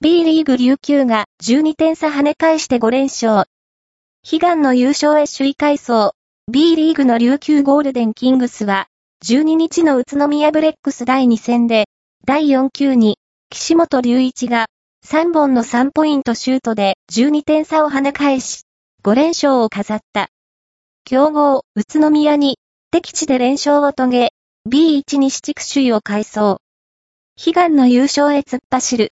B リーグ琉球が12点差跳ね返して5連勝。悲願の優勝へ首位快走。B リーグの琉球ゴールデンキングスは、12日の宇都宮ブレックス第2戦で、第4球に、岸本隆一が、3本の3ポイントシュートで12点差を跳ね返し、5連勝を飾った。強豪、宇都宮に、敵地で連勝を遂げ、B1 西地区首位を快走。悲願の優勝へ突っ走る。